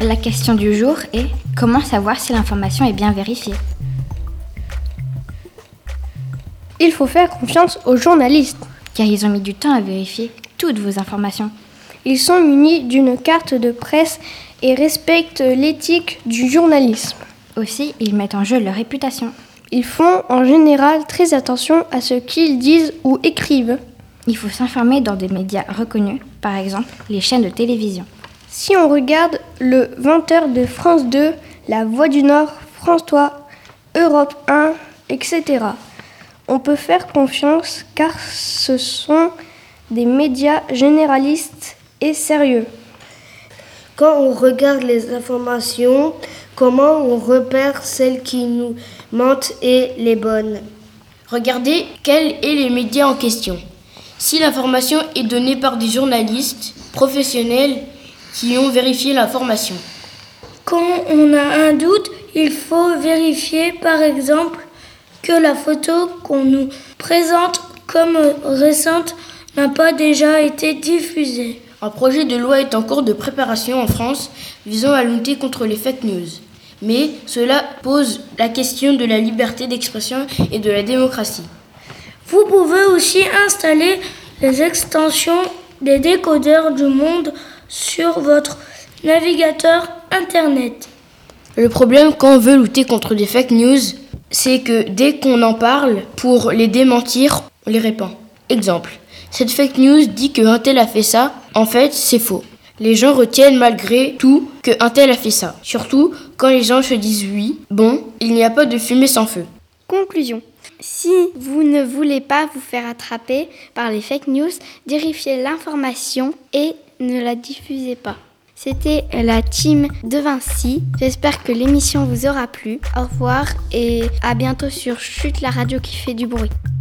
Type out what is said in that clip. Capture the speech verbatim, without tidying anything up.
La question du jour est comment savoir si l'information est bien vérifiée ? Il faut faire confiance aux journalistes. Car ils ont mis du temps à vérifier toutes vos informations. Ils sont munis d'une carte de presse et respectent l'éthique du journalisme. Aussi, ils mettent en jeu leur réputation. Ils font en général très attention à ce qu'ils disent ou écrivent. Il faut s'informer dans des médias reconnus, par exemple les chaînes de télévision. Si on regarde le vingt heures de France deux, La Voix du Nord, France trois, Europe un, et cetera, on peut faire confiance car ce sont des médias généralistes et sérieux. Quand on regarde les informations, comment on repère celles qui nous mentent et les bonnes ? Regardez quels sont les médias en question. Si l'information est donnée par des journalistes professionnels qui ont vérifié l'information. Quand on a un doute, il faut vérifier par exemple que la photo qu'on nous présente comme récente n'a pas déjà été diffusée. Un projet de loi est en cours de préparation en France visant à lutter contre les fake news. Mais cela pose la question de la liberté d'expression et de la démocratie. Vous pouvez aussi installer les extensions des décodeurs du monde sur votre navigateur internet. Le problème quand on veut lutter contre les fake news, c'est que dès qu'on en parle, pour les démentir, on les répand. Exemple, cette fake news dit qu'un tel a fait ça, en fait c'est faux. Les gens retiennent malgré tout qu'un tel a fait ça. Surtout quand les gens se disent oui, bon, il n'y a pas de fumée sans feu. Conclusion. Si vous ne voulez pas vous faire attraper par les fake news, vérifiez l'information et ne la diffusez pas. C'était la team de Vinci. J'espère que l'émission vous aura plu. Au revoir et à bientôt sur Chut, la radio qui fait du bruit.